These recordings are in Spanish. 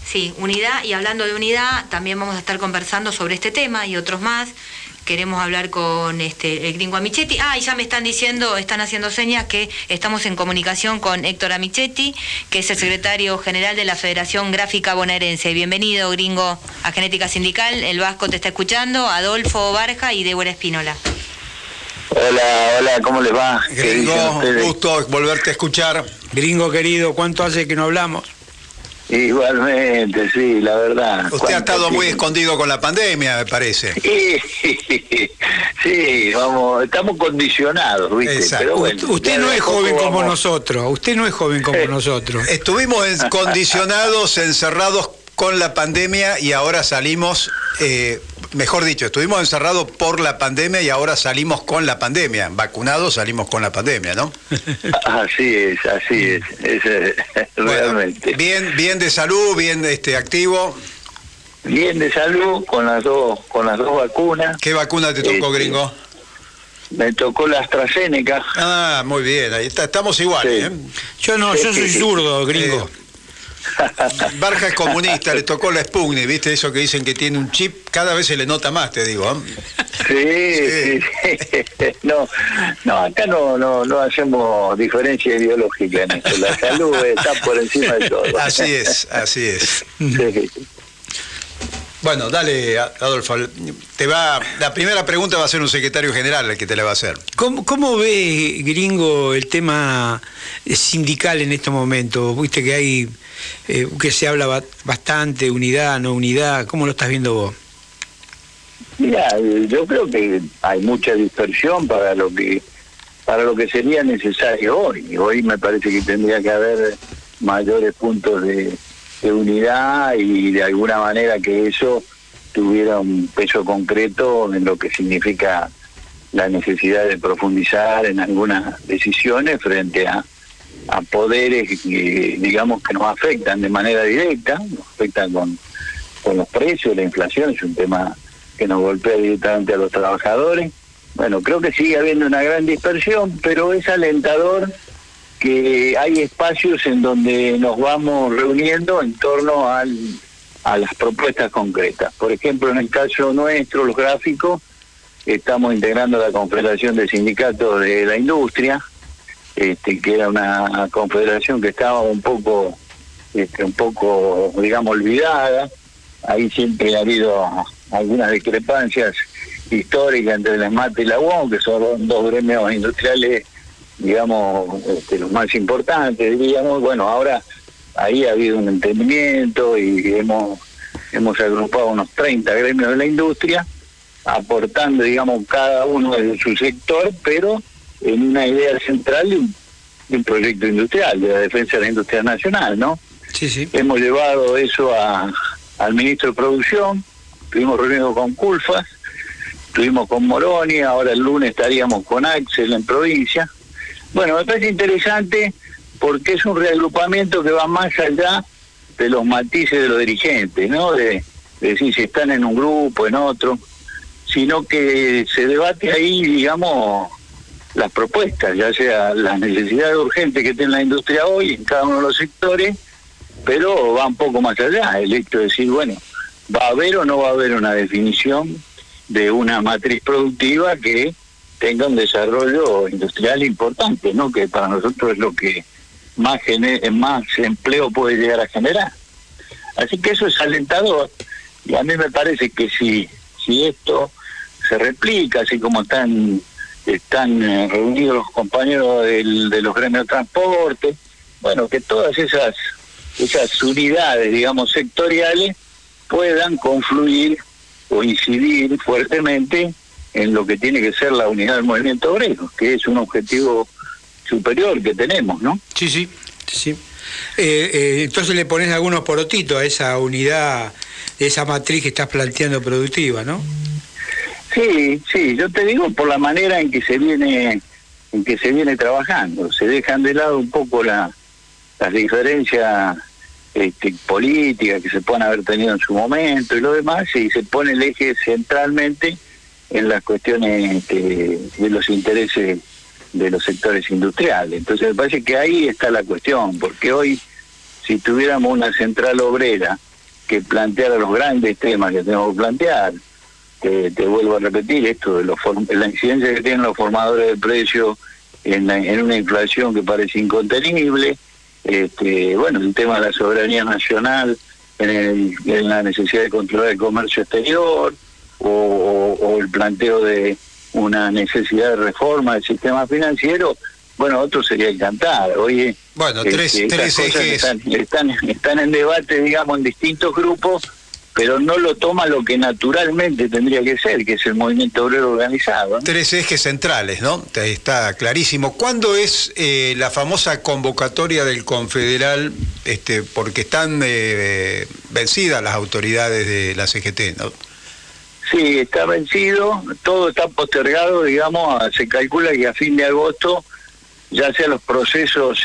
Sí, unidad, y hablando de unidad, también vamos a estar conversando sobre este tema y otros más. Queremos hablar con el gringo Amichetti. Y ya me están diciendo, están haciendo señas que estamos en comunicación con Héctor Amichetti, que es el secretario general de la Federación Gráfica Bonaerense. Bienvenido, gringo, a Genética Sindical. El Vasco te está escuchando, Adolfo Barja y Débora Espínola. Hola, ¿cómo les va? Gringo, un gusto volverte a escuchar. Gringo querido, ¿cuánto hace que no hablamos? Igualmente, sí, la verdad. Usted ha estado muy escondido con la pandemia, me parece. Sí, vamos, estamos condicionados, ¿viste? Exacto. Pero bueno, usted no es joven como nosotros, nosotros. Estuvimos condicionados, encerrados con la pandemia y ahora salimos, mejor dicho, estuvimos encerrados por la pandemia y ahora salimos con la pandemia. Vacunados salimos con la pandemia, ¿no? Así es, realmente. Bueno, bien de salud, bien activo. Bien de salud con las dos vacunas. ¿Qué vacuna te tocó, gringo? Me tocó la AstraZeneca. Ah, muy bien, ahí estamos iguales, Sí. Yo soy zurdo, gringo. Barja es comunista, le tocó la Sputnik, ¿viste? Eso que dicen que tiene un chip, cada vez se le nota más, te digo. Sí. No, acá no hacemos diferencia ideológica en esto. La salud está por encima de todo. Así es. Sí. Bueno, dale, Adolfo. La primera pregunta va a ser un secretario general el que te la va a hacer. ¿Cómo ve, gringo, el tema sindical en estos momentos? Viste que hay, que se habla bastante, unidad, no unidad. ¿Cómo lo estás viendo vos? Mira, yo creo que hay mucha dispersión para lo que sería necesario hoy. Hoy me parece que tendría que haber mayores puntos de unidad y de alguna manera que eso tuviera un peso concreto en lo que significa la necesidad de profundizar en algunas decisiones frente a poderes que, digamos, que nos afectan de manera directa, nos afectan con los precios, la inflación es un tema que nos golpea directamente a los trabajadores. Bueno, creo que sigue habiendo una gran dispersión, pero es alentador que hay espacios en donde nos vamos reuniendo en torno a las propuestas concretas. Por ejemplo, en el caso nuestro, los gráficos, estamos integrando la Confederación de Sindicatos de la Industria, que era una confederación que estaba un poco, digamos, olvidada. Ahí siempre ha habido algunas discrepancias históricas entre la SMAT y la UOM, que son dos gremios industriales, digamos, los más importantes, diríamos. Bueno, ahora ahí ha habido un entendimiento y hemos agrupado unos 30 gremios de la industria, aportando, digamos, cada uno de su sector, pero en una idea central de un proyecto industrial, de la defensa de la industria nacional, ¿no? Sí. Hemos llevado eso al ministro de Producción, estuvimos reunidos con Culfas, estuvimos con Moroni, ahora el lunes estaríamos con Axel en provincia. Bueno, me parece interesante porque es un reagrupamiento que va más allá de los matices de los dirigentes, ¿no? De decir si están en un grupo, en otro, sino que se debate ahí, digamos, las propuestas, ya sea las necesidades urgentes que tiene la industria hoy en cada uno de los sectores, pero va un poco más allá, el hecho de decir, bueno, ¿va a haber o no va a haber una definición de una matriz productiva que tenga un desarrollo industrial importante, ¿no? Que para nosotros es lo que más empleo puede llegar a generar. Así que eso es alentador, y a mí me parece que si esto se replica, así como están reunidos los compañeros de los gremios de transporte, bueno, que todas esas unidades, digamos, sectoriales puedan confluir o incidir fuertemente en lo que tiene que ser la unidad del movimiento obrero, que es un objetivo superior que tenemos, ¿no? Sí. Entonces le pones algunos porotitos a esa unidad, esa matriz que estás planteando productiva, ¿no? Sí, yo te digo por la manera en que se viene trabajando. Se dejan de lado un poco las diferencias políticas que se pueden haber tenido en su momento y lo demás, y se pone el eje centralmente en las cuestiones de los intereses de los sectores industriales. Entonces me parece que ahí está la cuestión, porque hoy, si tuviéramos una central obrera que planteara los grandes temas que tenemos que plantear. Te vuelvo a repetir esto de la incidencia que tienen los formadores de precios en una inflación que parece incontenible, bueno, el tema de la soberanía nacional en la necesidad de controlar el comercio exterior, o el planteo de una necesidad de reforma del sistema financiero. Bueno, otro sería el cantar. Oye, bueno, tres ejes están en debate, digamos, en distintos grupos, pero no lo toma lo que naturalmente tendría que ser, que es el movimiento obrero organizado, ¿no? Tres ejes centrales, ¿no? Está clarísimo. ¿Cuándo es la famosa convocatoria del Confederal? Porque están vencidas las autoridades de la CGT, ¿no? Sí, está vencido, todo está postergado, digamos, se calcula que a fin de agosto, ya sea los procesos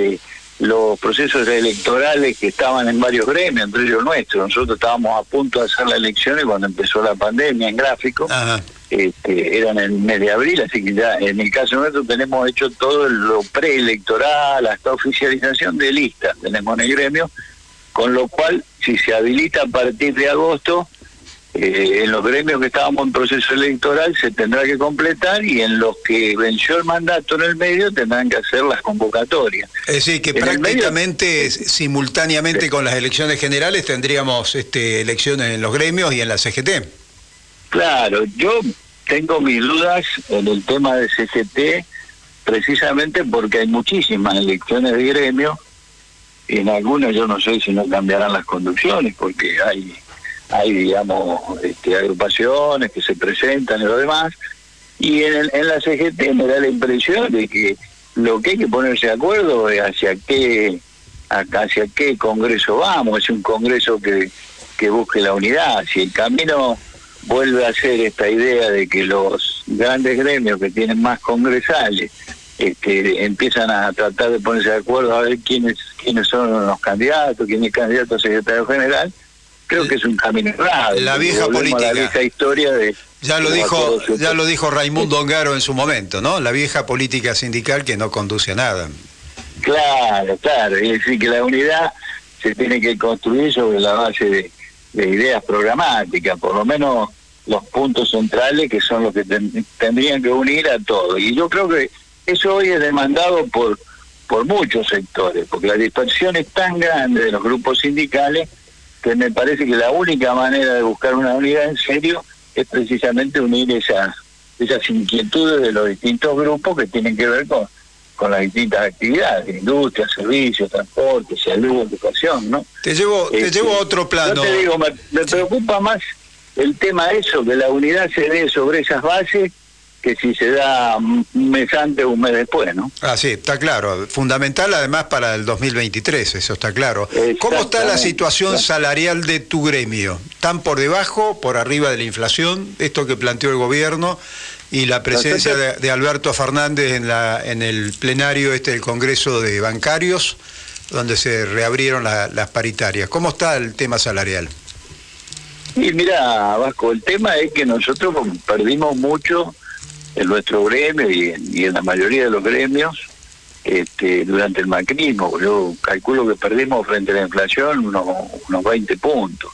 electorales que estaban en varios gremios, entre ellos nuestros. Nosotros estábamos a punto de hacer las elecciones cuando empezó la pandemia en gráfico. Eran en el mes de abril, así que ya en el caso nuestro tenemos hecho todo lo preelectoral, hasta oficialización de listas tenemos en el gremio, con lo cual si se habilita a partir de agosto, en los gremios que estábamos en proceso electoral se tendrá que completar, y en los que venció el mandato en el medio tendrán que hacer las convocatorias. Es decir, que en prácticamente simultáneamente con las elecciones generales tendríamos elecciones en los gremios y en la CGT. Claro, yo tengo mis dudas en el tema de CGT, precisamente porque hay muchísimas elecciones de gremio, y en algunas yo no sé si no cambiarán las conducciones, porque hay digamos, agrupaciones que se presentan y lo demás, y en la CGT me da la impresión de que lo que hay que ponerse de acuerdo es hacia qué congreso vamos. Es un congreso que busque la unidad. Si el camino vuelve a ser esta idea de que los grandes gremios que tienen más congresales empiezan a tratar de ponerse de acuerdo a ver quiénes son los candidatos, quién es candidato a secretario general, creo que es un camino errado. La vieja política. La vieja historia de... Ya lo dijo Raimundo Ongaro en su momento, ¿no? La vieja política sindical que no conduce a nada. Claro. Es decir, que la unidad se tiene que construir sobre la base de ideas programáticas, por lo menos los puntos centrales que son los que tendrían que unir a todos. Y yo creo que eso hoy es demandado por muchos sectores, porque la dispersión es tan grande de los grupos sindicales que me parece que la única manera de buscar una unidad en serio es precisamente unir esas inquietudes de los distintos grupos que tienen que ver con las distintas actividades, industria, servicios, transporte, salud, educación, ¿no? Te llevo a otro plano. Yo te digo, me preocupa más el tema eso, que la unidad se dé sobre esas bases, que si se da un mes antes o un mes después, ¿no? Ah, sí, está claro. Fundamental además para el 2023, eso está claro. ¿Cómo está la situación salarial de tu gremio? ¿Están por debajo, por arriba de la inflación? Esto que planteó el gobierno y la presencia de Alberto Fernández en el plenario del Congreso de Bancarios, donde se reabrieron las paritarias. ¿Cómo está el tema salarial? Y mira, Vasco, el tema es que nosotros perdimos mucho en nuestro gremio y en la mayoría de los gremios durante el macrismo. Yo calculo que perdimos frente a la inflación unos 20 puntos.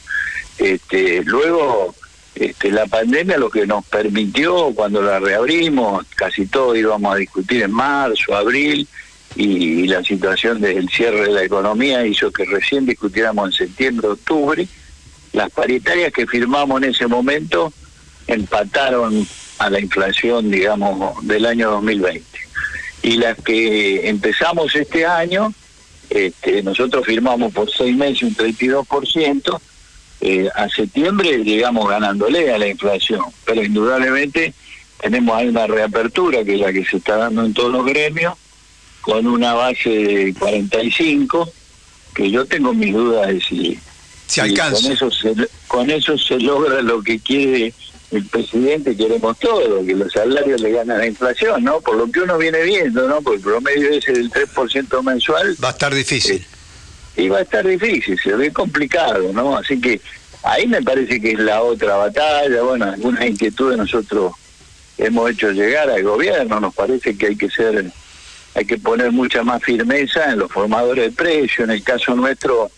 Luego la pandemia lo que nos permitió, cuando la reabrimos, casi todo íbamos a discutir en marzo, abril, y la situación del cierre de la economía hizo que recién discutiéramos en septiembre, octubre. Las paritarias que firmamos en ese momento empataron a la inflación, digamos, del año 2020. Y las que empezamos este año, nosotros firmamos por 6 meses un 32%, a septiembre llegamos ganándole a la inflación, pero indudablemente tenemos ahí una reapertura, que es la que se está dando en todos los gremios, con una base de 45, que yo tengo mis dudas de si alcanza. Con eso se logra lo que quiere el presidente, queremos todo, que los salarios le ganan a la inflación, ¿no? Por lo que uno viene viendo, ¿no? Por el promedio ese del 3% mensual. Va a estar difícil. Y va a estar difícil, se ve complicado, ¿no? Así que ahí me parece que es la otra batalla. Bueno, algunas inquietudes nosotros hemos hecho llegar al gobierno. Nos parece que hay que poner mucha más firmeza en los formadores de precios. En el caso nuestro,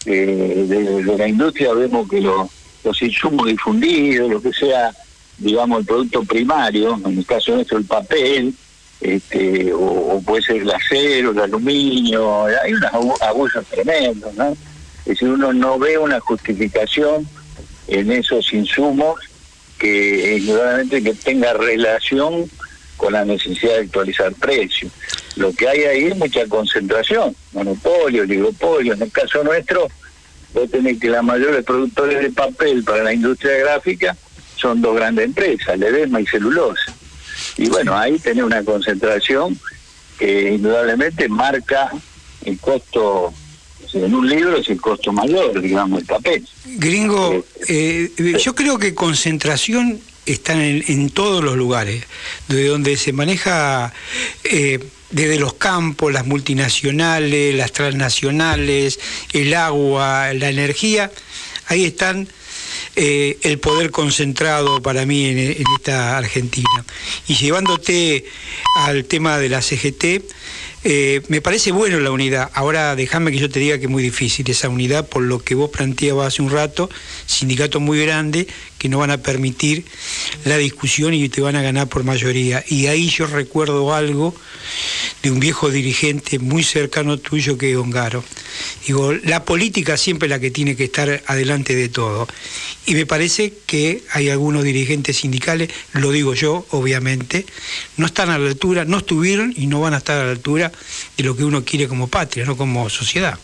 de la industria vemos que los insumos difundidos, lo que sea, digamos, el producto primario, en el caso nuestro el papel, o puede ser el acero, el aluminio, hay unos abusos tremendos, ¿no? Es decir, uno no ve una justificación en esos insumos que indudablemente que tenga relación con la necesidad de actualizar precios. Lo que hay ahí es mucha concentración, monopolio, oligopolio. En el caso nuestro, vos tenés que la mayoría de productores de papel para la industria gráfica son dos grandes empresas, Ledesma y Celulosa. Y bueno, ahí tenés una concentración que indudablemente marca el costo. En un libro es el costo mayor, digamos, el papel. Gringo, yo creo que concentración está en todos los lugares, de donde se maneja desde los campos, las multinacionales, las transnacionales, el agua, la energía, ahí están el poder concentrado para mí en esta Argentina. Y llevándote al tema de la CGT, me parece bueno la unidad. Ahora déjame que yo te diga que es muy difícil esa unidad por lo que vos planteabas hace un rato, sindicatos muy grandes que no van a permitir la discusión y te van a ganar por mayoría. Y ahí yo recuerdo algo de un viejo dirigente muy cercano tuyo que es Ongaro. Digo, la política siempre es la que tiene que estar adelante de todo. Y me parece que hay algunos dirigentes sindicales, lo digo yo, obviamente, no están a la altura, no estuvieron y no van a estar a la altura de lo que uno quiere como patria, no como sociedad.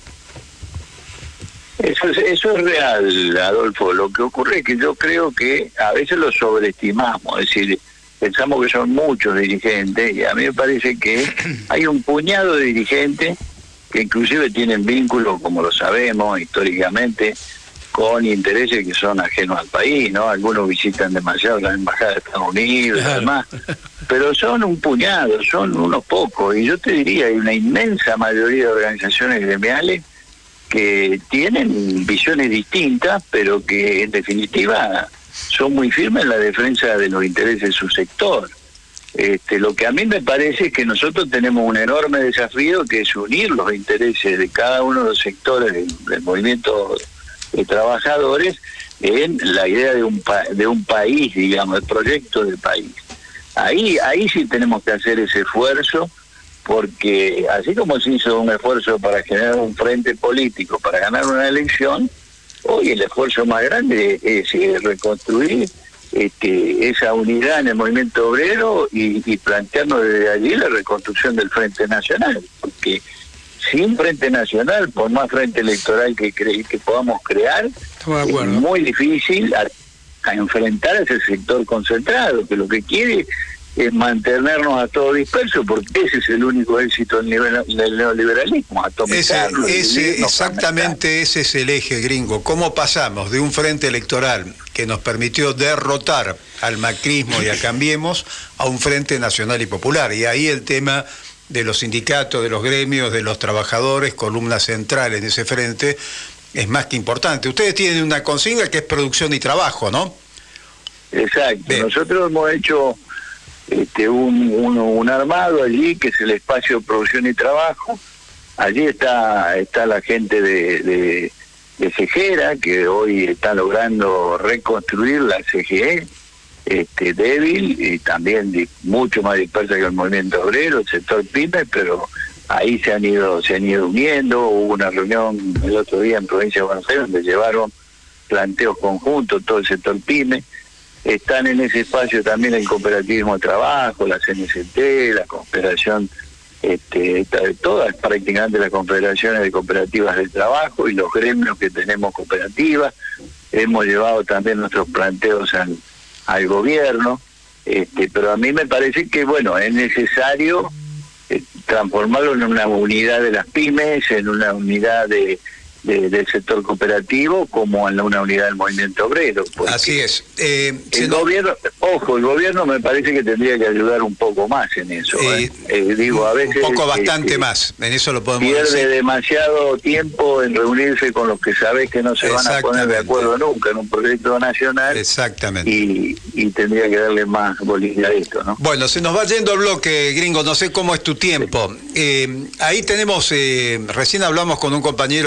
Eso es real, Adolfo. Lo que ocurre es que yo creo que a veces lo sobreestimamos, es decir, pensamos que son muchos dirigentes y a mí me parece que hay un puñado de dirigentes que inclusive tienen vínculos, como lo sabemos históricamente, con intereses que son ajenos al país, ¿no? Algunos visitan demasiado la embajada de Estados Unidos y demás, pero son un puñado, son unos pocos, y yo te diría, hay una inmensa mayoría de organizaciones gremiales que tienen visiones distintas, pero que en definitiva son muy firmes en la defensa de los intereses de su sector. Lo que a mí me parece es que nosotros tenemos un enorme desafío, que es unir los intereses de cada uno de los sectores del movimiento de trabajadores en la idea de un país, digamos, el proyecto de país. Ahí sí tenemos que hacer ese esfuerzo, porque así como se hizo un esfuerzo para generar un frente político, para ganar una elección, hoy el esfuerzo más grande es reconstruir esa unidad en el movimiento obrero y plantearnos desde allí la reconstrucción del Frente Nacional, porque sin Frente Nacional, por más frente electoral que podamos crear, es muy difícil a enfrentar a ese sector concentrado, que lo que quiere es mantenernos a todos dispersos, porque ese es el único éxito del neoliberalismo, atomizarlo. Exactamente ese es el eje, Gringo. ¿Cómo pasamos de un frente electoral que nos permitió derrotar al macrismo y a Cambiemos a un frente nacional y popular? Y ahí el tema de los sindicatos, de los gremios, de los trabajadores, columna central en ese frente, es más que importante. Ustedes tienen una consigna que es producción y trabajo, ¿no? Exacto. Bien. Nosotros hemos hecho un armado allí, que es el espacio de producción y trabajo. Allí está la gente de Cejera, que hoy está logrando reconstruir la CGE, débil y también mucho más dispersa que el movimiento obrero, el sector PYME, pero ahí se han ido uniendo. Hubo una reunión el otro día en Provincia de Buenos Aires donde llevaron planteos conjuntos todo el sector PYME. Están en ese espacio también el cooperativismo de trabajo, la CNCT, la Confederación, todas prácticamente las confederaciones de cooperativas de trabajo y los gremios que tenemos cooperativas. Hemos llevado también nuestros planteos al gobierno, pero a mí me parece que, bueno, es necesario transformarlo en una unidad de las pymes, en una unidad del sector cooperativo, como en una unidad del movimiento obrero. Así es. El gobierno me parece que tendría que ayudar un poco más en eso. Digo, a veces un poco bastante más, en eso lo podemos pierde decir. demasiado tiempo en reunirse con los que sabés que no se van a poner de acuerdo nunca en un proyecto nacional. Exactamente. Y tendría que darle más bolilla a esto, ¿no? Bueno, se nos va yendo el bloque, Gringo, no sé cómo es tu tiempo. Ahí tenemos, recién hablamos con un compañero de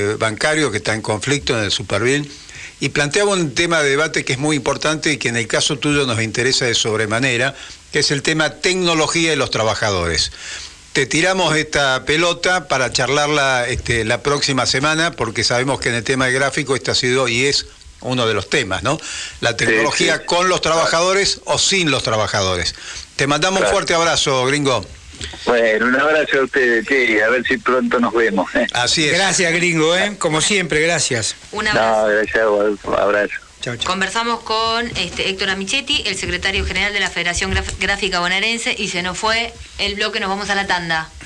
bancario que está en conflicto en el Superville, y planteaba un tema de debate que es muy importante y que en el caso tuyo nos interesa de sobremanera, que es el tema tecnología y los trabajadores. Te tiramos esta pelota para charlarla la próxima semana, porque sabemos que en el tema de gráfico este ha sido y es uno de los temas, ¿no? La tecnología sí. Con los trabajadores o sin los trabajadores. Te mandamos un fuerte abrazo, gringo. Bueno, un abrazo a ustedes, sí, a ver si pronto nos vemos. Así es. Gracias, gringo, como siempre, gracias. Un abrazo. No, gracias, un abrazo. Chau, chau. Conversamos con Héctor Amichetti, el secretario general de la Federación Gráfica Bonaerense, y se nos fue el bloque, nos vamos a la tanda.